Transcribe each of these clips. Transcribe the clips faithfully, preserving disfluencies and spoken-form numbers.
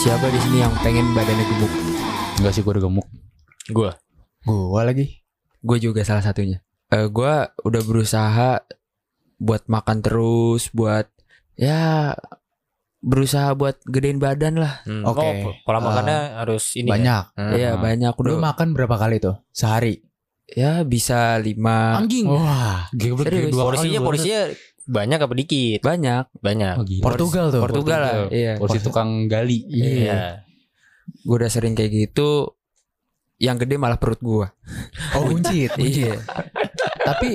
Siapa di sini yang pengen badannya gemuk? Enggak sih, gue udah gemuk. Gue. Gua lagi. Gue juga salah satunya. Uh, gue udah berusaha buat makan terus, buat ya berusaha buat gedein badan lah. Hmm. Oke. Oh, pola makannya uh, harus ini banyak. Ya? Iya Hmm. banyak. Udah. Lu makan berapa kali tuh sehari? Ya bisa lima. Anjing. Wah, Geblek Serius. dua Porsinya kali, porsinya banyak apa dikit? Banyak. Banyak. Oh, gila. Portugal tuh. Portugal lah. Iya. Porsi tukang gali. Iya. Gue udah sering kayak gitu. Yang gede malah perut gue. Oh, buncit. Iya. tapi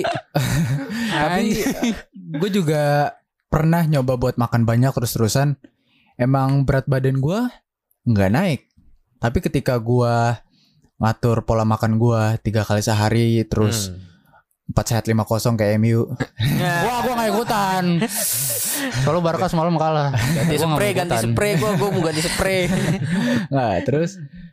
tapi gue juga pernah nyoba buat makan banyak terus-terusan. Emang berat badan gue nggak naik. Tapi ketika gue ngatur pola makan gue tiga kali sehari terus empat sehat lima kosong kayak M U. Wah, gue gak ikutan. Soalnya Barca semalam kalah. Ganti Gua nggak spray, mau ganti ikutan. spray gue, gue mau ganti spray. Nggak, terus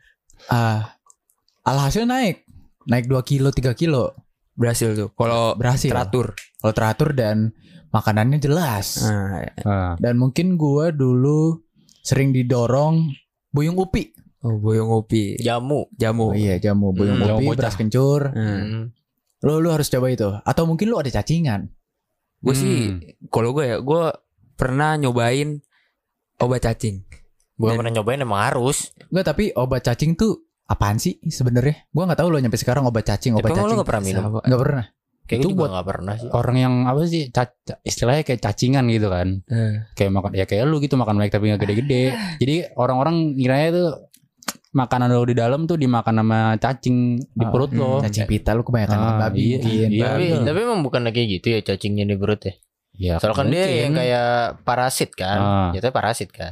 ah alhasil naik. Naik dua kilo, tiga kilo. Berhasil tuh. Kalau Berhasil. teratur. Kalau teratur dan makanannya jelas. Nah, Ah. Dan mungkin gue dulu sering didorong buyung upi. oh, boyong kopi. Jamu. Jamu. Oh iya, jamu, buyung Hmm, jamu upi, bocah. beras kencur. Hmm. Hmm. Lo lu harus coba itu. Atau mungkin lu ada cacingan. Gue Hmm. sih, kalau gue ya, gue pernah nyobain obat cacing. Gue Dan- pernah nyobain emang harus. Enggak, tapi obat cacing tuh apaan sih sebenarnya? Gue nggak tahu lo nyampe sekarang obat cacing, Tapi obat emang lu cacing. gak pernah minum? Sama. Nggak pernah. Kayak Itu gue juga buat- gak pernah sih. Orang yang apa sih cac- istilahnya kayak cacingan gitu kan. Eh, Kayak makan ya kayak lu gitu makan banyak tapi gak gede-gede. Jadi orang-orang ngiranya tuh makanan lo di dalam tuh dimakan sama cacing di Ah, perut lo. Cacing pita lu kebanyakan Ah, makan babi iya, mungkin. iya. Tapi, betul. tapi emang bukan kayak gitu ya cacingnya di perut ya. Ya, Soalnya kan dia mungkin. yang kayak parasit kan. Ah. Jatuhnya parasit kan.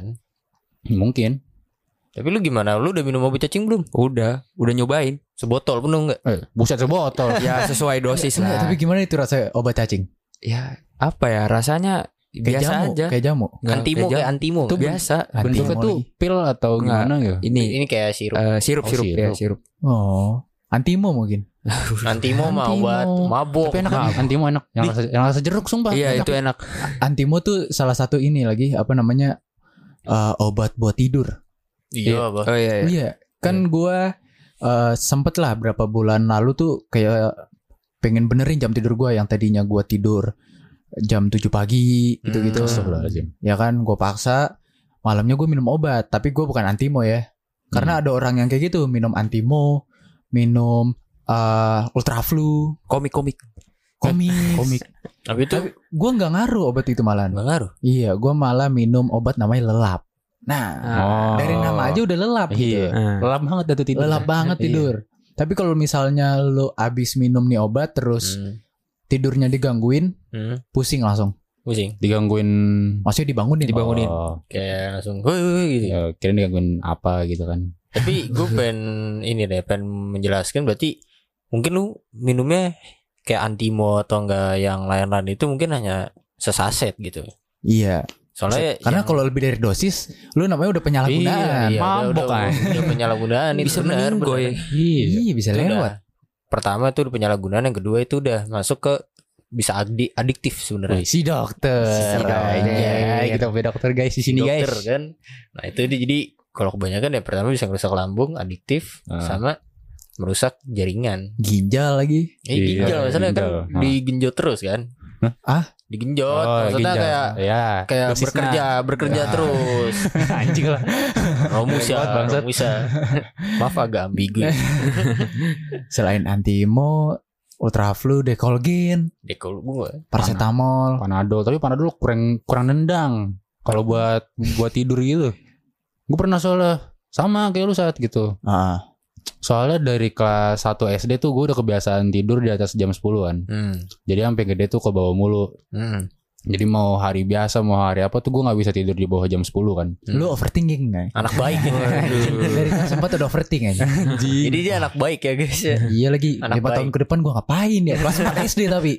Mungkin. Tapi lu gimana? Lu udah minum obat cacing belum? udah, udah nyobain. Sebotol penuh enggak? Eh, buset sebotol. Ya sesuai dosis Enggak, lah. tapi gimana itu rasa obat cacing? Ya apa ya rasanya Kayak biasa jamu, aja. kayak jamu. Nggak, Antimo kayak kayak jamu. antimo. Itu biasa. Bentuknya Antimo tuh lagi. pil atau Enggak. gimana gitu? Ini Ini kayak sirup. eh, sirup Oh, sirup ya sirup. sirup. Oh, antimo mungkin. Antimo mah Antimo. obat mabok. Tapi enak kan? Antimo enak. Yang rasa, yang rasa jeruk sumpah. Iya Enak. itu enak. Antimo tuh salah satu ini lagi apa namanya eh, obat buat tidur. Iya, Bah. Oh iya. iya. Iya, kan gua eh, sempet lah berapa bulan lalu tuh kayak pengen benerin jam tidur gua yang tadinya gua tidur jam tujuh pagi gitu-gitu. Hmm. Astagfirullahaladzim. Ya kan gua paksa malamnya gua minum obat, tapi gua bukan antimo ya. Karena ada orang yang kayak gitu, minum antimo, minum eh, ultraflu, Komik-komik. komik. Komik. Tapi itu Tapi gua nggak ngaruh obat itu malah. enggak ngaruh. Iya, gua malah minum obat namanya lelap. Nah, Oh. dari nama aja udah lelap gitu. Iya. Nah, Lelap banget dah tuh tidur. Lelap banget Iya. tidur. Tapi kalau misalnya lu abis minum nih obat terus Hmm. tidurnya digangguin, Hmm. pusing langsung. Pusing. Digangguin. Maksudnya dibangunin. Dibangunin. Oh, Kayak langsung "Woi, woi," gitu. ya, kira digangguin apa gitu kan. Tapi gue pengen ini deh, pengen menjelaskin berarti mungkin lu minumnya kayak antimo atau enggak yang lain-lain itu mungkin hanya sesaset gitu. Iya. Soalnya Karena yang- kalau lebih dari dosis, lu namanya udah penyalahgunaan. iya, udah, Mabok, udah, kan? udah penyalahgunaan itu bisa benar, meninggoy. benar. Iya. Iya, bisa Itu lewat. udah- Pertama itu udah penyalahgunaan, yang kedua itu udah masuk ke bisa adi- adiktif sebenarnya. Wih, si dokter. Si dokter. Iya, kita punya dokter guys di sini Dokter guys. kan. Nah, itu dia jadi kalau kebanyakan ya pertama bisa merusak lambung, adiktif Ah. sama merusak jaringan. Ginjal lagi. Eh, Iya, ginjal maksudnya kan ginjal. Ah. digenjot terus kan? Hah? Ah? Digenjot, Oh, maksudnya ginjal. kayak ya, kayak dosisnya. bekerja, bekerja Ya. terus. Anjing lah. Romus ya, Hebat bangsat. Romus ya. Maaf agak ambigu. Selain antimo, ultraflu, dekolgen, Dekol gue. paracetamol. Panadol, tapi Panadol kurang kurang nendang. Kalau buat buat tidur gitu. Gue pernah soalnya sama kayak lu saat gitu. Ah, Soalnya dari kelas satu S D tuh gue udah kebiasaan tidur di atas jam sepuluhan. Hmm. Jadi sampai gede tuh ke bawah mulu. Hmm. Jadi mau hari biasa mau hari apa tuh gue nggak bisa tidur di bawah jam sepuluh kan. lu overthinking nggak? Anak baik ya. Dari kelas empat udah overthinking aja. Jadi dia anak baik ya guys ya. Iya lagi, Anak lima baik. tahun ke depan gua ngapain ya? Kelas empat S D tapi.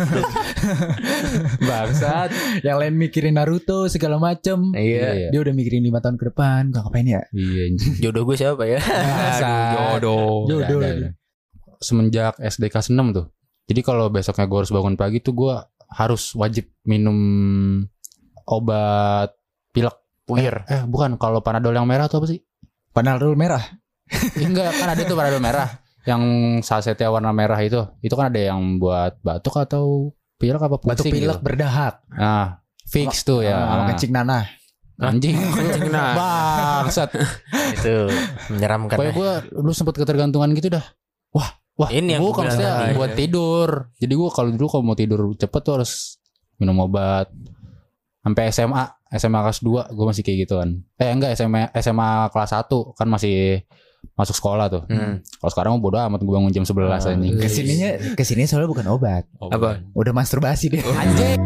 Bangsat. Yang lain mikirin Naruto segala macem. Iya. Dia udah mikirin lima tahun ke depan, gua ngapain ya? Iya. anjing. Jodoh gue siapa ya? Bangsat. Jodoh. Jodoh. Nggak ada. Semenjak S D kelas enam tuh. Jadi kalau besoknya gue harus bangun pagi tuh gue harus wajib minum obat pilek Puyer. Eh bukan, kalau Panadol yang merah tuh apa sih? Panadol merah. Enggak, kan ada tuh Panadol merah yang sasetnya warna merah itu. Itu kan ada yang buat batuk atau pilek apa pusing Batuk pilek gitu. berdahak. Nah, fix tuh ya. Sama Ah. kencing nanah. Anjing. Kencing nanah. Bangsat. Itu menyeramkan. Kayak gue lu sempet ketergantungan gitu dah. Wah, wah. Ini yang gue gua kalau bilang maksudnya tadi. buat tidur. Jadi gue kalau dulu kalau mau tidur cepet tuh harus minum obat. Sampai S M A, S M A kelas dua gue masih kayak gituan. Eh enggak, S M A S M A kelas satu kan masih masuk sekolah tuh. Hmm. Kalau sekarang bodo amat gue bangun jam sebelas Ah, anjing. iya. Kesininya kesini soalnya bukan obat. Apa? Udah masturbasi deh. Anjing.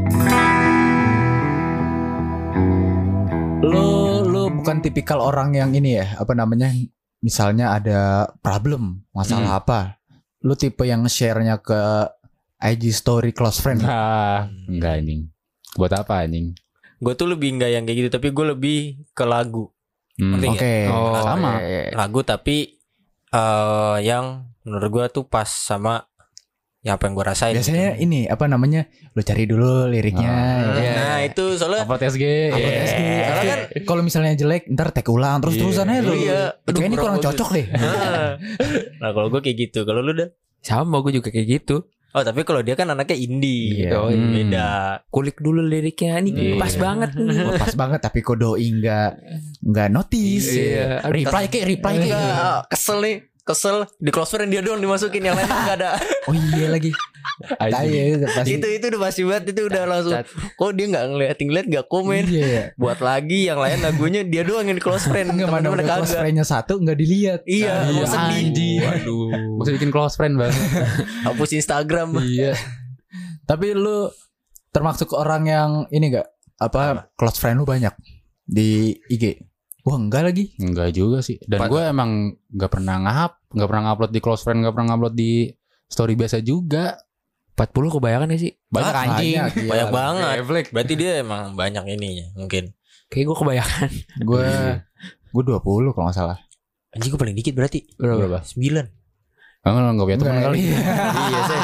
Lu lu bukan tipikal orang yang ini ya, apa namanya? Misalnya ada problem, masalah apa? Lu tipe yang share-nya ke I G story close friend. Nah, enggak anjing. Buat apa anjing? Gue tuh lebih enggak yang kayak gitu, tapi gue lebih ke lagu. Hmm. Ngerti Oke. nggak? Oh, sama. iya, iya. Lagu tapi eh yang menurut gue tuh pas sama ya apa yang gue rasain. Biasanya ini apa namanya? Lu cari dulu liriknya. Ah. ya. Nah itu soalnya Upload S G. Upload S G. Yeah. Soalnya kan Kalau misalnya jelek, ntar tag ulang terus-terusan aja lu. Iya. Aduh, Kayak ini kurang bagus. cocok deh. Nah kalau gue kayak gitu, kalau lu udah. Sama gue juga kayak gitu. Oh tapi kalau dia kan anaknya indie, Iya. oh, Hmm. beda. Kulik dulu liriknya nih Iya. pas banget nih. Wah, pas banget tapi kok doi nggak nggak notice. Iya. Reply ke, reply ke. Enggak, kesel nih, kesel di close friend dia doang dimasukin, yang lain enggak ada. Oh iya lagi. Tai ya, pasti. itu itu udah pasti banget, itu udah langsung. Cat. Kok dia nggak ngeliatin ngeliat nggak komen. Iya. Buat lagi yang lain lagunya dia doang yang di close friend, Enggak mana teman-teman udah close kagak. friend-nya satu nggak dilihat. Iya, Iya, mau sedih. anjing. Waduh. Mesti bikin close friend banget. Hapus Instagram. Iya. Tapi lu termasuk orang yang ini gak apa close friend lu banyak di I G? Wah enggak lagi. Enggak juga sih. Dan Apa- gue emang gak pernah ngap, gak pernah ngupload di close friend, gak pernah ngupload di story biasa juga. empat puluh kebayangan ya sih? Banyak Ah, anjing. banyak, iya. Banyak banget. Refleks. Berarti dia emang banyak ininya mungkin. Kayak gue kebayangan. Gue gue dua puluh kalau nggak salah. Anjing gue paling dikit berarti. Berapa? Sembilan. Enggak, enggak punya teman Enggak, kali. iya. Iya saya.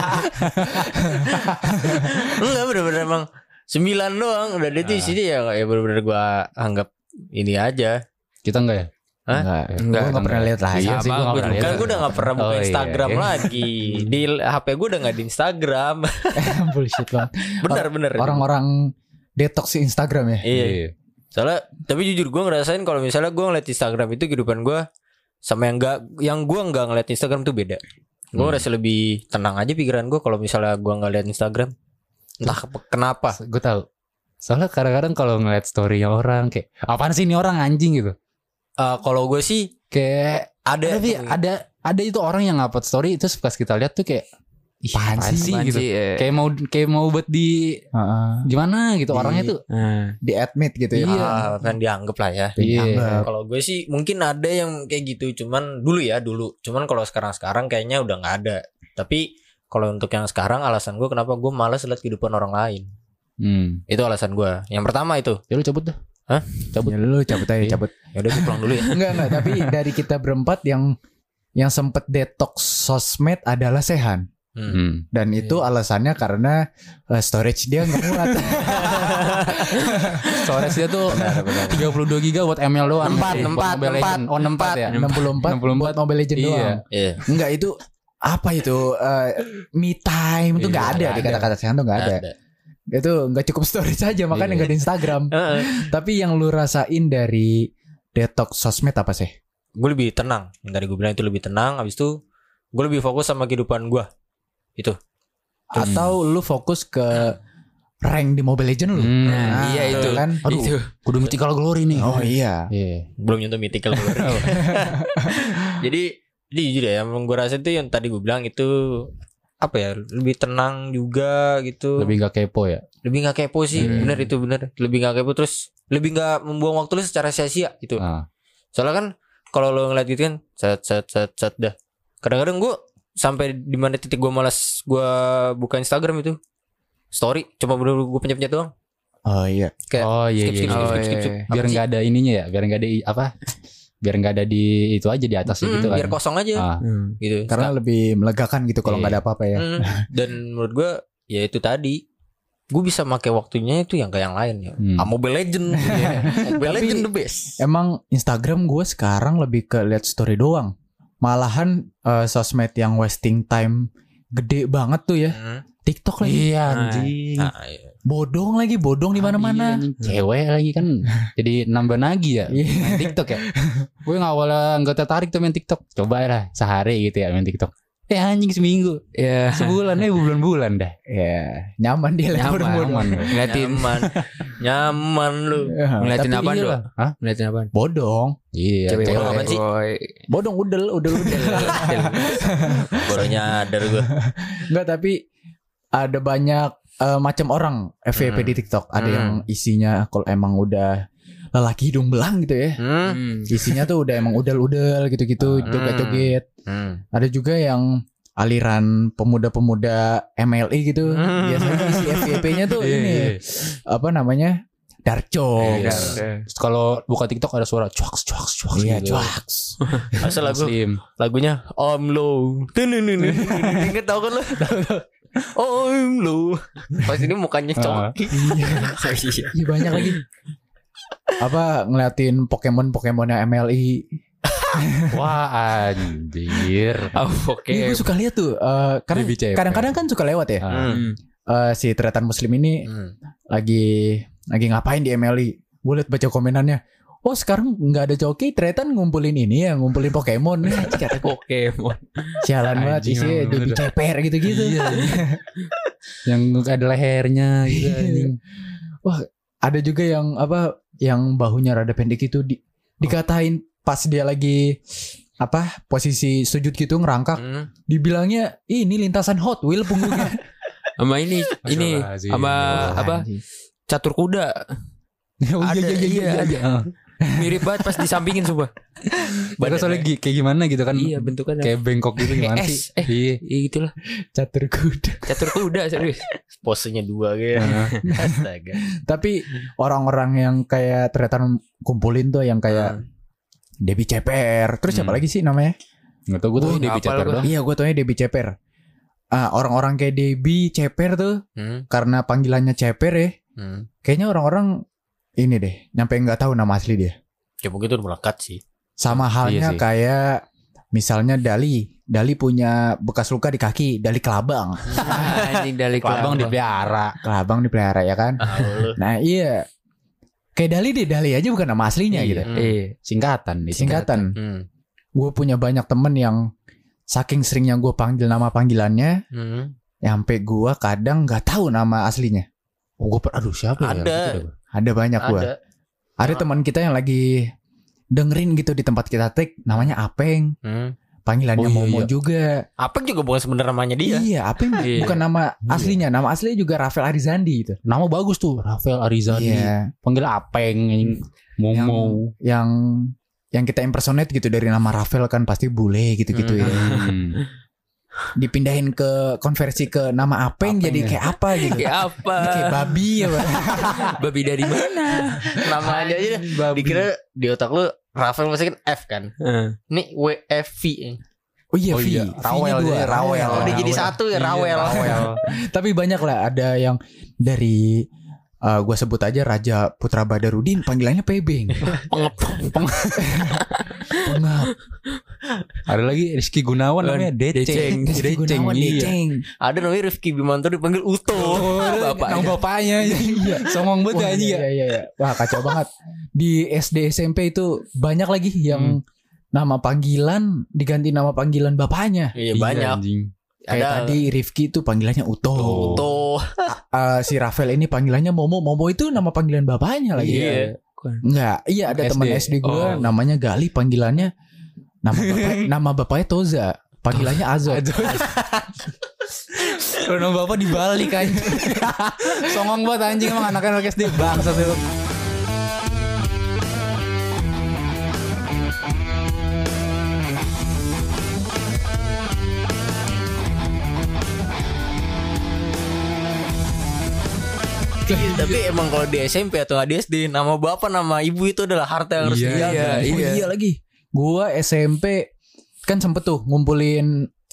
Enggak bener-bener emang sembilan doang. Udah dia tuh Ah. sini ya ya bener-bener gue anggap ini aja. Kita enggak ya? Hah? Enggak. Enggak, Gue nggak pernah lihat lah. Iya Sama, sih, gue gua gak pernah juga. Kan lihat. gue udah gak pernah buka Oh, iya. Instagram lagi. Di H P gue udah gak di Instagram. Bullshit banget. Bener-bener. Orang-orang detox si Instagram ya. Iya. Soalnya tapi jujur gue ngerasain kalau misalnya gue ngeliat Instagram itu kehidupan gue sama yang gak, yang gue nggak ngeliat Instagram tuh beda. Gue Hmm. ngerasa lebih tenang aja pikiran gue kalau misalnya gue nggak liat Instagram. Entah ke- kenapa. Gue tahu. Soalnya kadang-kadang kalau ngeliat story orang kayak apaan sih ini orang anjing gitu. Eh, kalau gue sih Kayak ada tapi ada ada itu orang yang ngupload story itu pas kita lihat tuh kayak ih, Apaan apaan sih? sih Apaan gitu. sih, eh. Kayak mau kayak mau buat di Heeh. gimana gitu Di- orangnya tuh. Nah, Di admit gitu ya. Iya. ah, kan dianggap lah ya. Iya. Dianggap. Kalau gue sih mungkin ada yang kayak gitu, cuman dulu ya dulu. Cuman kalau sekarang-sekarang kayaknya udah nggak ada. Tapi kalau untuk yang sekarang alasan gue kenapa gue malas lihat kehidupan orang lain. Hmm. Itu alasan gue. Yang pertama itu. Ya lu cabut dah. Hah? Cabut. Ya lu cabut aja Iya. cabut. Ya udah gue pulang dulu ya. Enggak enggak. Tapi dari kita berempat yang yang sempet detox sosmed adalah Sehan. Hmm. Hmm. Dan itu alasannya karena uh, storage dia nggak muat. Storage dia tuh tiga puluh dua giga buat M L doang. Empat, Buat empat, Mobile empat, Legend. Oh, empat ya. enam puluh empat enam puluh empat buat Mobile Legend Iya. doang. Iya. Enggak itu apa itu uh, me time itu Iya, nggak ada nggak di ada. kata-kata Sehan tuh nggak ada. Ada. Itu nggak cukup storage aja makanya Iya. nggak ada Instagram. Heeh. Tapi yang lu rasain dari detox sosmed apa sih? Gue lebih tenang. Yang tadi gue bilang itu lebih tenang. Habis itu gue lebih fokus sama kehidupan gue. Itu. Atau lu fokus ke rank di Mobile Legend lu? Hmm. Nah, iya itu. kan. Aduh. Itu. Kudu mythical glory nih. Oh iya. Iya. Belum nyentuh mythical glory. Jadi jadi jujur ya, yang gue rasa itu yang tadi gue bilang itu apa ya, lebih tenang juga gitu. Lebih gak kepo ya. Lebih nggak kepo sih, Hmm. bener itu bener. Lebih nggak kepo, terus lebih nggak membuang waktu lu secara sia-sia gitu. Nah. Soalnya kan kalau lo ngeliat gitu kan, set set set set dah. Kadang-kadang gue sampai di mana titik gue malas gue buka Instagram itu story, cuma bener gue pencet-pencet doang. Oh iya. Kayak Oh iya skip, iya. skip, iya. skip, Oh, skip, skip, iya. skip. Biar Apa sih? nggak ada ininya ya. Biar nggak ada i- apa? Biar nggak ada di itu aja di atas Hmm, gitu kan. biar kosong aja Ah. Hmm. gitu. Karena lebih melegakan gitu kalau Iya. nggak ada apa-apa ya. Hmm, dan menurut gue ya itu tadi gue bisa pakai waktunya itu yang kayak yang lain ya. Hmm. Ah, Mobile Legend. Ya. Mobile Tapi Legend the best. Emang Instagram gue sekarang lebih ke lihat story doang. Malahan uh, sosmed yang wasting time gede banget tuh ya. Hmm. TikTok lagi. Iya Nah, anjing. Nah, iya. Bodong lagi, bodong di mana-mana. Iya, anjing. Cewek lagi kan. Jadi nambah lagi ya. Iya. Main TikTok ya. Gue nggak awalnya nggak tertarik tuh main TikTok. Coba lah sehari gitu ya main TikTok. Eh anjing seminggu, Ya. sebulan eh bulan-bulan dah. Ya, nyaman dia lihat Nyaman, bodong-bodong. Aman. Ngeliatin Nyaman. Nyaman lu. ngeliatin Tapi apaan iya dong? lah. Hah? Ngeliatin apaan? Bodong. Iya. Cewek cewek boy. apaan sih? Boy. Bodong udel, udel, udel. Baru nyadar gue. Enggak, tapi ada banyak eh, macam orang F Y P Hmm. di TikTok. Ada Hmm. yang isinya kalau emang udah lelaki hidung belang gitu ya. Hmm. Hmm. Isinya tuh udah emang udel-udel gitu-gitu, Hmm. joget-joget. Hmm. Ada juga yang aliran pemuda-pemuda M L I gitu. Hmm. Biasanya isi F Y P-nya tuh Iya, ini iya. apa namanya? Dark jokes. Iya. Terus kalau buka TikTok ada suara cuaks cuaks cuaks. Iya, gitu. jokes. Asal lagu Muslim. lagunya I'm low. Tunununun. Ingat tau kan lu? I'm low. Pas ini mukanya Ah. coki. Iya, banyak lagi. Apa ngeliatin Pokemon-Pokemonnya M L I. Wah anjir. Oh, oke. Iya, gue suka lihat tuh. eh, karena Baby Cepet. kadang-kadang kan suka lewat ya. Ah. Hmm. Eh, si Tretan Muslim ini Hmm. lagi lagi ngapain di M L I? Gue liat baca komenannya. Oh, sekarang nggak ada joki, Tretan ngumpulin ini ya, ngumpulin Pokemon. Kata gue, Pokemon. sialan banget Anjing, isinya emang Debbie bener. Ceper gitu-gitu. Iya. Yang ada lehernya gitu anjing. Ada juga yang apa yang bahunya rada pendek itu di, dikatain pas dia lagi apa posisi sujud gitu ngerangkak, Hmm. dibilangnya ini lintasan Hot Wheel punggungnya. Sama ini, ini Astagfirullahaladzim. sama apa? Anjing. Catur kuda. Oh, Ada, iya, iya, iya, iya, iya. Ah. Mirip banget pas disampingin sumpah. Badan soalnya gi- kayak gimana gitu kan. Iya, bentukannya. Kayak bengkok gitu Kayak gimana es. sih? Eh. Iya. Iya gitulah. Catur kuda. Catur kuda serius. Posenya dua gitu. Astaga. Tapi orang-orang yang kayak Tretan kumpulin tuh yang kayak Debbie Ceper. Terus siapa Hmm. lagi sih namanya? Nggak tahu gue tuh Oh, Debbie nggak hafal Ceper gua. doang. Iya, gue taunya Debbie Ceper. Ah, orang-orang kayak Debbie Ceper tuh Hmm. karena panggilannya Ceper ya. Hmm. Kayaknya orang-orang ini deh, nyampe nggak tahu nama asli dia. Ya mungkin itu udah melekat sih. Sama halnya Iya sih. kayak misalnya Dali. Dali punya bekas luka di kaki, Dali Kelabang. Anjing dari Kelabang kelabang. dipelihara. Kelabang dipelihara ya kan? Ah, lu. Nah iya. Kayak Dali deh, Dali aja bukan nama aslinya gitu. Hmm. Iya. Singkatan. Singkatan. Hmm. Gue punya banyak temen yang saking seringnya gue panggil nama panggilannya, Hmm. sampai gue kadang nggak tahu nama aslinya. Oh gue per, aduh siapa ya? Ada. Gitu dah gua. Ada banyak gue. Ada. Ada teman kita yang lagi dengerin gitu di tempat kita take, namanya Apeng. Hmm. Panggilannya Oh, iya, Momo iya. juga. Apa juga bukan sebenarnya namanya dia. Iya, Apeng Iya. bukan nama aslinya. Nama aslinya juga Rafael Arizandi gitu. Nama bagus tuh, Rafael Arizandi. Iya. Panggil Apeng, anjing. Momo. Yang yang kita impersonate gitu dari nama Rafael kan pasti bule gitu-gitu ya. Hmm. Dipindahin ke konversi ke nama Apeng, Apeng jadi ya. kayak apa gitu. Kayak apa? Ini kayak babi ya, Bang. Babi dari mana? Namanya aja dikira di otak lu Rafael pasti kan F kan. Heeh. Ini W F V. Oh iya, Oh V. iya, V-nya Rawel dua, jadi Rawel. Oh, dia jadi Rawel. satu ya Iya, Rawel. Rawel. Tapi banyak lah, ada yang dari uh, gua sebut aja Raja Putra Badarudin, panggilannya Pebeng. Pengep. Pengap. Ada lagi Rizky Gunawan namanya Deceng. Rizky Gunawan, iya. Deceng. Ada namanya Rifki Bimanto dipanggil Uto. Bapaknya. Nama bapaknya. Iya. Songong banget Wah, aja iya, ya. iya, iya. Wah, kacau banget. Di S D S M P itu banyak lagi yang nama panggilan diganti nama panggilan bapaknya. Iya banyak. Anjing. Kayak Ada tadi Rifki itu panggilannya Uto. Uto. Uh, si Rafael ini panggilannya Momo. Momo itu nama panggilan bapaknya lagi. Iya. Enggak, iya ada S D. teman S D gue Oh. namanya Gali, panggilannya nama bapak nama bapaknya Toza, panggilannya Azot. Kalau nama bapak dibalik aja. Songong banget anjing emang anaknya anak S D bangsa tuh. Iya, tapi emang kalau di S M P atau di S D nama bapak nama ibu itu adalah harta yang harus Iya, dijaga. iya, Oh iya lagi. Gua S M P kan sempet tuh ngumpulin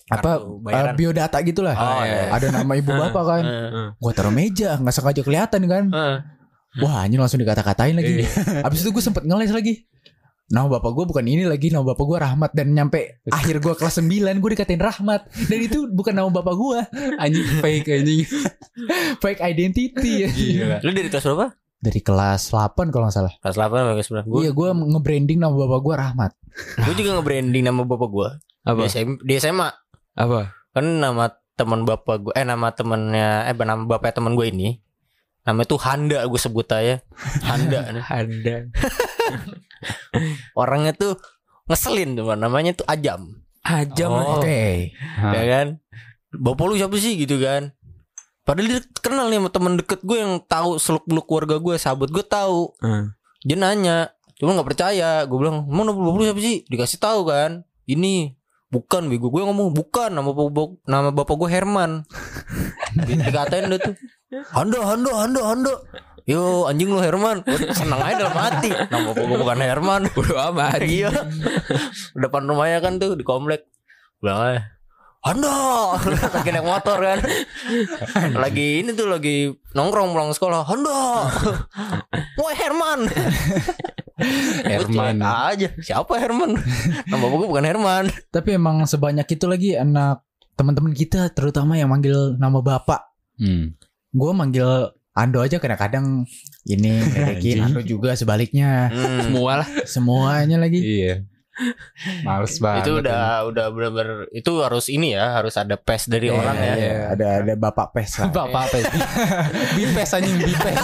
apa Kartu uh, bayaran. biodata gitulah. Oh, iya. Ada nama ibu bapak kan. Heeh. Gua taruh meja, nggak sengaja kelihatan kan. Heeh. Wah, anjing langsung dikata-katain lagi. Iya. Abis itu gue sempet ngeles lagi. Nama bapak gue bukan ini lagi, nama bapak gue Rahmat. Dan nyampe akhir gue kelas sembilan gue dikatain Rahmat. Dan itu bukan nama bapak gue. Anjing fake anjing. Fake identity. Gila. Lu dari kelas berapa? Dari kelas delapan kalau gak salah. Kelas delapan sampai kelas sembilan. Gue Iya, gue nge-branding nama bapak gue Rahmat. gue juga nge-branding nama bapak gue. Apa? Di S M, di S M A. Apa? Kan nama teman bapak gue, eh nama temennya, eh nama bapak teman gue ini, namanya tuh Handa, gue sebut aja Handa. Anda. Orangnya tuh ngeselin tuh, namanya tuh Ajam. Ajam. Oh. Oke. Ya kan, bapak lu siapa sih gitu kan? Padahal dia kenal nih sama temen deket gue yang tahu seluk beluk keluarga gue, sahabat gue tahu. Hmm. Dia nanya, cuma nggak percaya. Gue bilang, mau nama bapak lu siapa sih? Dikasih tahu kan, ini bukan bego. Gue ngomong bukan, nama bapak nama bapak gue Herman. Dikatain dia tuh, Hando, Hando, Hando, Hando. Yo anjing lu Herman. Gua seneng aja dalam hati. Nama bapak gue bukan Herman. Bodo amat. Iya. Depan rumahnya kan tuh di komplek. Bilang aja, Hando. Lagi naik motor kan. Lagi ini tuh lagi nongkrong pulang sekolah. Hando. Woi Herman. Herman. Gua cuek aja. Siapa Herman? Nama bapak gue bukan Herman. Tapi emang sebanyak itu lagi anak teman-teman kita, terutama yang manggil nama bapak. Hmm. Gue manggil Ando aja kadang-kadang ini ngedekin Ando juga sebaliknya. Hmm. Semua lah. Semuanya lagi. Iya. Males banget. Itu udah udah benar-benar itu harus ini ya, harus ada pes dari Iya, orang ya. iya. Ada ada bapak pes lah. Bapak apa itu? Bipes anjing bipes.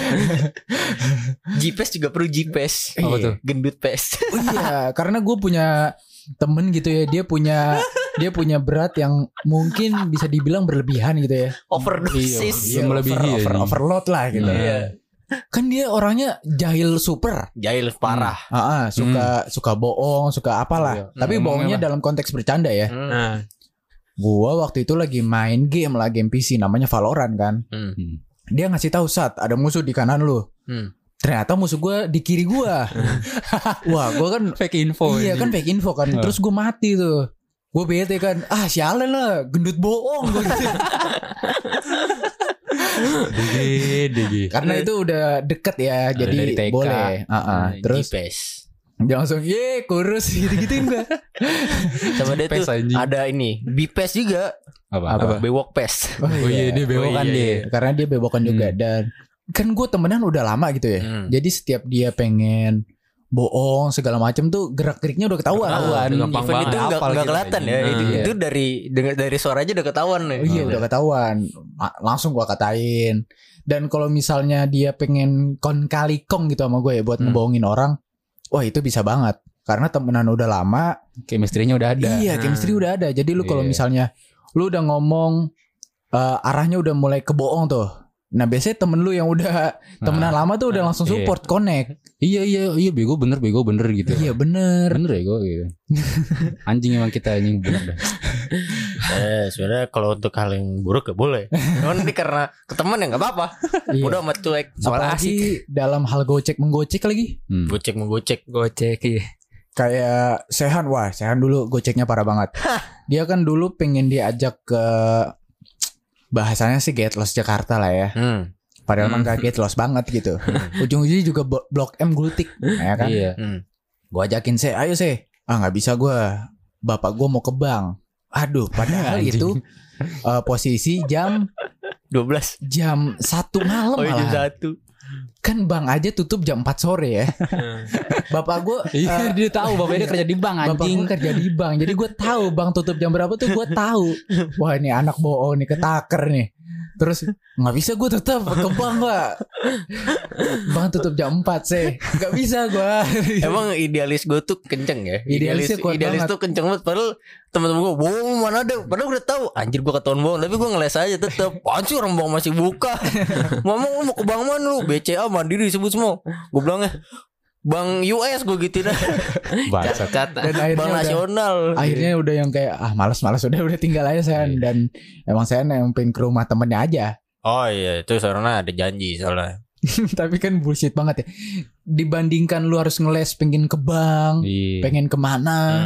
G-Pes juga perlu G-Pes. Apa tuh? Gendut pes. Oh iya, karena gue punya temen gitu ya, dia punya dia punya berat yang mungkin bisa dibilang berlebihan gitu ya. Overdosis. Iya, melebihi over, ya, over, ini. overload lah gitu. Iya. Kan dia orangnya jahil super. Jahil parah. Ah, ah, suka suka bohong, suka apalah. Iya. Tapi Hmm, bohongnya ngomongnya dalam konteks bercanda ya. Hmm. Nah, Gua waktu itu lagi main game lah, game P C namanya Valorant kan. Hmm. Hmm. Dia ngasih tahu Sat, ada musuh di kanan lu. Hmm. Ternyata musuh gua di kiri gua. Wah, gua kan Fake info. iya anjing. kan fake info kan. Hmm. Terus gua mati tuh. Gue bete kan. Ah, sialan lah, gendut bohong gua gitu. Digi, digi. Karena itu udah deket ya, jadi dari T K. boleh. Ah, ah. Terus G-Pes. dia langsung ye kurus gitu-gituin gua. Sama dia G-Pes tuh anjing. ada ini B-Pes juga. Apa? Apa? Bewok Pes. Oh, Oh iya, dia bewokan Oh, iya, dia. iya. Karena dia bewokan juga Hmm. dan kan gue temenan udah lama gitu ya. Hmm. Jadi setiap dia pengen bohong segala macam tuh gerak-geriknya udah ketahuan. Ketahuan. Even gampang itu banget. nggak Hafal nggak gitu kelihatan aja. ya. Hmm. Itu, Iya. itu dari dengan- dari suara aja udah ketahuan nih. Oh iya udah ketahuan. Ma- Langsung gua katain. Dan kalau misalnya dia pengen kon kali kong gitu sama gue ya buat Hmm. ngebohongin orang, wah itu bisa banget. Karena temenan udah lama. Chemistry-nya udah ada. Iya, Hmm. chemistry udah ada. Jadi lu kalau Iya. misalnya lu udah ngomong eh, arahnya udah mulai kebohong tuh. Nah biasanya temen lu yang udah temenan lama tuh udah langsung iya. support, connect. Iya iya iya bego bener bego bener gitu. Iya bener. Bener ya gue gitu. Anjing emang kita anjing bener dah. Eh, sebenarnya kalau untuk hal yang buruk gak boleh. Cuman ini karena ke teman ya nggak apa-apa. Iya. Udah amat cuek. Soalnya asik. Apalagi dalam hal gocek menggocek lagi. Hmm. Gocek menggocek. gocek iya. Kayak Sehan, wah Sehan dulu goceknya parah banget. Dia kan dulu pengen diajak ke bahasanya sih Get Lost Jakarta lah ya. Hmm. Padahal Hmm. emang gak Get Lost banget gitu. Ujung-ujungnya juga bo- Blok M Gultik, ya kan? Iya. Hmm. Gue ajakin saya, ayo saya. Ah nggak bisa gue. Bapak gue mau ke bank. Aduh, padahal Anjing. itu eh, posisi jam dua belas. jam satu malam Oh iya, jam malah. satu. Kan bank aja tutup jam empat sore ya. Bapak gue Iya dia tahu bapaknya kerja di bank Bapak anjing. gue kerja di bank. Jadi gue tahu bank tutup jam berapa tuh gue tahu. Wah ini anak bohong nih, ketaker nih. Terus nggak bisa gue tetap ke bank pak. Bank tutup jam empat sih. Nggak bisa gue. Emang idealis gue tuh kenceng ya. Idealis Idealisnya kuat idealis banget. tuh kenceng banget. Padahal teman-teman gue bohong mana ada. Padahal gue udah tahu. Anjir gue ketahuan bohong. Tapi gue ngeles aja tetep. Anjir orang bank masih buka. Ngomong lu mau ke bank mana lu? B C A Mandiri sebut semua. Gue bilangnya Bank U S gue gitu dah. Bangsat. Kata. Dan akhirnya Bank udah, nasional. akhirnya udah yang kayak ah malas-malas udah udah tinggal aja saya. Dan emang saya yang pengen ke rumah temennya aja. Oh iya itu soalnya ada janji soalnya. Tapi kan bullshit banget ya. Dibandingkan lu harus ngeles pengen ke bank, Iya. pengen kemana. Hmm.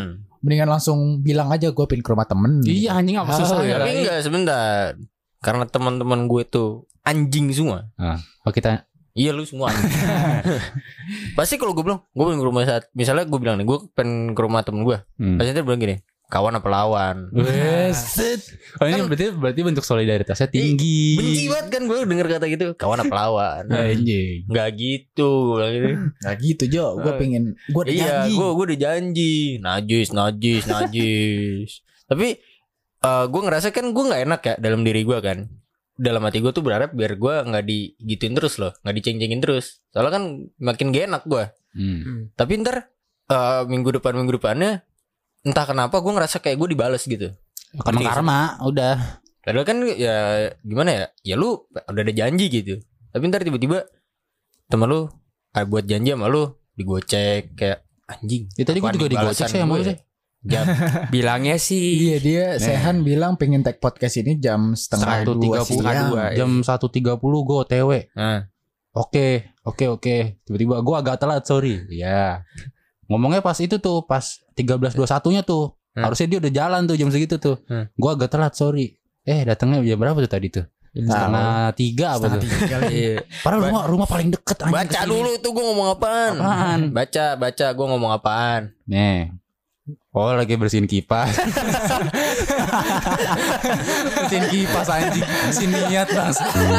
mendingan langsung bilang aja gue pengen ke rumah temen. Iya anjing apa susah ya. Tapi enggak sebentar. Karena teman-teman gue tuh anjing semua. Nah, oh kita Iya lu semua anjing. Pasti kalau gue bilang gue pengen ke rumah saat misalnya gue bilang nih gue pengen ke rumah temen gue. hmm. Pasti dia bilang gini, kawan apa lawan? Wes. Oh ini berarti berarti bentuk solidaritasnya tinggi. Benci banget kan gue denger kata gitu, kawan apa lawan? Anjing. Nggak gitu, gue bilang gitu. Nah gitu Jo, gue Eh, pengen gue udah Iya, janji. gue gue udah janji, najis, najis, najis. Tapi eh gue ngerasa kan gue nggak enak ya dalam diri gue kan. Dalam hati gue tuh berharap biar gue nggak digituin terus loh, nggak diceng-cengin terus. Soalnya kan makin gak enak gue. Hmm. Tapi ntar eh, minggu depan minggu depannya entah kenapa gue ngerasa kayak gue dibales gitu. Karena karma udah. Padahal kan ya gimana ya, ya lu udah ada janji gitu. Tapi ntar tiba-tiba temen lu ah, buat janji sama lu digocek kayak anjing. Ya, tadi gue apaan juga nih digocek balasan sih sama gue lu ya? sih. Jam Bilangnya sih Iya dia Sehan bilang pengen tag podcast ini jam setengah Satu dua tiga puluh siang. dua. Jam satu tiga puluh gue O T W. nah, Oke, oke, oke. Tiba-tiba gue agak telat, sorry. Ya. Ngomongnya pas itu tuh, pas tiga belas dua puluh satu-nya tuh. Hmm. Harusnya dia udah jalan tuh jam segitu tuh. Hmm. Gue agak telat, sorry. Eh, datangnya jam berapa tuh tadi tuh? Setengah tiga apa tuh? Iya. Padahal rumah rumah paling deket anjing baca kesini. dulu tuh gue ngomong apaan. Apaan? Baca, baca gue ngomong apaan. Nih. Oh lagi bersihin kipas. Bersihin kipas anjing. Bersihin niat bang.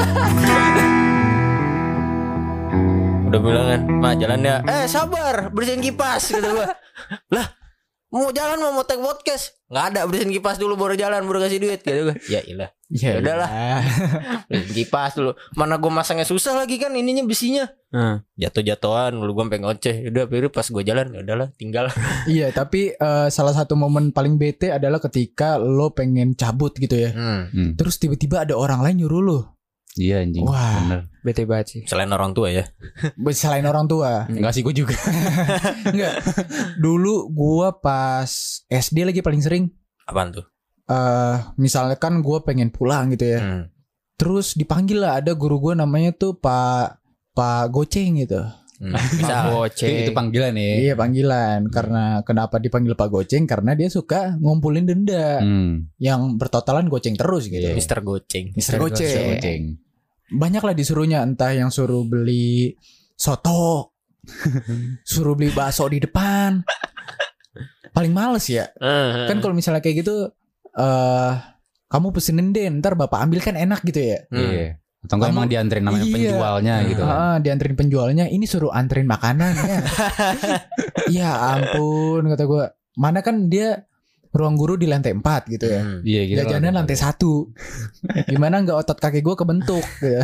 Udah bilang kan, "Ma jalan ya." "Eh, sabar, bersihin kipas," kata gua. Lah, mau jalan mau mau take podcast. Enggak ada, bersihin kipas dulu baru jalan, baru kasih duit kata gua. Ya ilah. Ya Udahlah. Bersihin kipas dulu. Mana gua masangnya susah lagi kan ininya besinya. Hmm. Jatuh-jatuhan, lu gua pengen ngoceh. Udah, akhirnya pas gua jalan, ya udahlah, tinggal. Iya tapi eh, salah satu momen paling bete adalah ketika lo pengen cabut gitu ya. Hmm. Hmm. Terus tiba-tiba ada orang lain nyuruh lo. Iya anjing. Wah. Bener. Bete banget sih. Selain orang tua ya. Selain orang tua. Enggak sih gue juga. Enggak. Dulu gua pas S D lagi paling sering Apaan tuh? eh misalnya kan gua pengen pulang gitu ya. Hmm. Terus dipanggil lah ada guru gua namanya tuh Pak Pak Goceng gitu. Hmm. Bisa. Goceng. Itu panggilan ya. Iya panggilan. Karena kenapa dipanggil Pak Goceng? Karena dia suka ngumpulin denda Hmm. yang bertotalan goceng terus gitu. Iya. Mister Goceng. Mister Goceng. Goceng. Banyak lah disuruhnya, entah yang suruh beli soto, suruh beli bakso di depan. Paling males ya. Uh, Kan kalau misalnya kayak gitu eh kamu pesenin deh, ntar bapak ambil kan enak gitu ya. Hmm. Iya. Atau enggak Kamu- emang dianterin namanya Iya. penjualnya gitu kan. Ah, dianterin penjualnya, ini suruh anterin makanan ya. Ya ampun kata gue. Mana kan dia ruang guru di lantai empat gitu ya. Hmm. Iya gitu. Jajanan lantai satu. Gimana nggak otot kaki gue kebentuk gitu.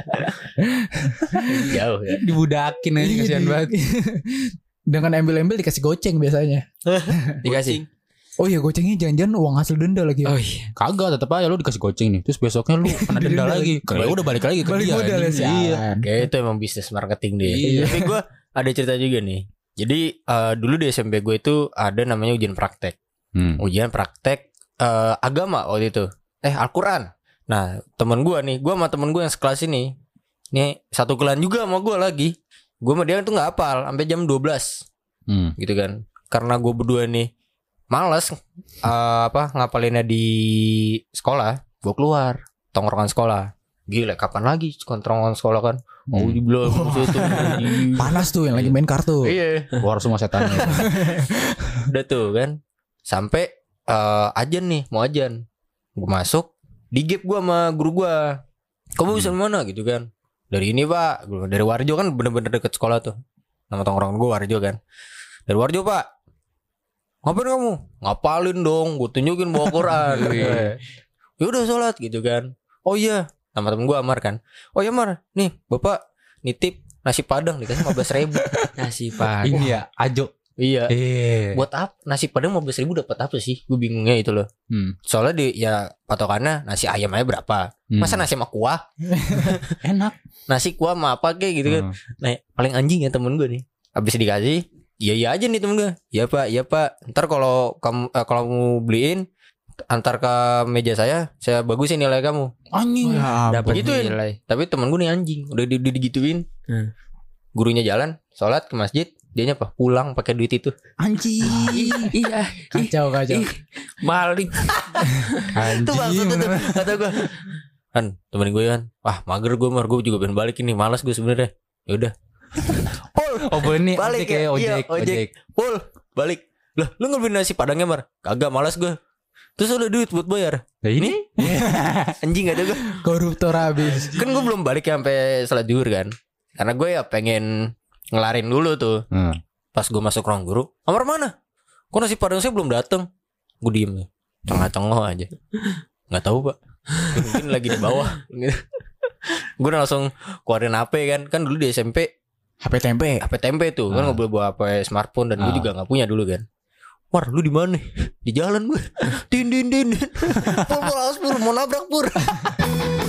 Jauh ya. Dibudakin aja Iya, kasihan di- banget. Dengan embel-embel dikasih goceng biasanya. Dikasih. Oh iya gocengnya jangan-jangan uang hasil denda lagi. Oh iya. Kagak, tetep aja lu dikasih goceng nih. Terus besoknya lu kena denda lagi. Kayak udah balik lagi ke Balik dia. modal ya anjing. sih. Iya. Kayak itu emang bisnis marketing deh. Iya. Tapi gue ada cerita juga nih. Jadi eh, dulu di S M P gue itu ada namanya ujian praktek. Hmm. Ujian praktek eh, agama waktu itu. Eh Al-Quran. Nah temen gue nih, gue sama temen gue yang sekelas ini, nih satu kelan juga sama gue lagi. Gue sama dia tuh nggak hafal sampai jam dua belas Hmm. gitu kan. Karena gue berdua nih males eh, apa ngapalinnya di sekolah, gue keluar tongkrongan sekolah. Gila kapan lagi tongkrongan sekolah kan? Oh Hmm. dibilang situ. Panas tuh yang lagi main kartu. Iya. Keluar semua setannya. Udah tuh kan. Sampai eh, ajan nih, mau ajan. Gue masuk, di gap gue sama guru gue. Kamu bisa mana gitu kan? Dari ini pak, Gua- dari Warjo kan bener-bener deket sekolah tuh. Nama tongkrongan gue Warjo kan. Dari Warjo pak. Ngapain kamu? Ngapalin dong, gue tunjukin bawa Quran. Ya udah sholat gitu kan. Oh iya, nama temen gue Amar kan. Oh iya Mar, nih bapak nitip nasi padang dikasih lima belas ribu. Nasi pak. Ini ya, Ajo. Iya. Eh. Buat apa? Nasi padang lima belas ribu dapat apa sih? Gue bingungnya itu loh. Hmm. Soalnya di ya patokannya nasi ayam aja berapa? Hmm. Masa nasi sama kuah? enak? Nasi kuah sama apa kayak gitu kan? Hmm. Nah, paling anjing ya temen gue nih. Habis dikasih, iya iya aja nih temen gue. Iya pak, iya pak. Ntar kalau kamu eh, kalau kamu beliin, antar ke meja saya, saya bagusin nilai kamu. Anjing. Ya, Dapat Begituin. nilai. Tapi temen gue nih anjing, udah di, di- digituin. Hmm. Gurunya jalan, sholat ke masjid, Dianya apa? Pulang pakai duit itu. Anjing. Iya. Kacau kacau. Ih, maling. Itu maksudnya tuh kata gue. Kan temen gue kan, wah mager gue mar, gue juga pengen balik ini, malas gue sebenarnya. Ya udah. Pol, Oh ini balik ojek ya, ya, ojek, iya, ojek. ojek. Pol, balik. Lah, lu nggak beli nasi padangnya mar? Kagak, malas gue. Terus ada duit buat bayar. Nah ini Anjing gak ada gue. Koruptor habis. Kan gue belum balik ya sampai salat zuhur kan. Karena gue ya pengen ngelarin dulu tuh. Hmm. Pas gue masuk ruang guru, Amar mana? Kok nasi padang saya belum datang? Gue diem, cengah-cengah aja. Nggak tahu pak. Mungkin lagi di bawah. Gue langsung keluarin H P kan. Kan dulu di S M P H P tempe. H P tempe tuh kan Ah. nggak boleh bawa H P smartphone dan gue Ah. juga nggak punya dulu kan. War, lu di mana? Di jalan gue. Din din din. Pur pur awas pur, mau nabrak pur.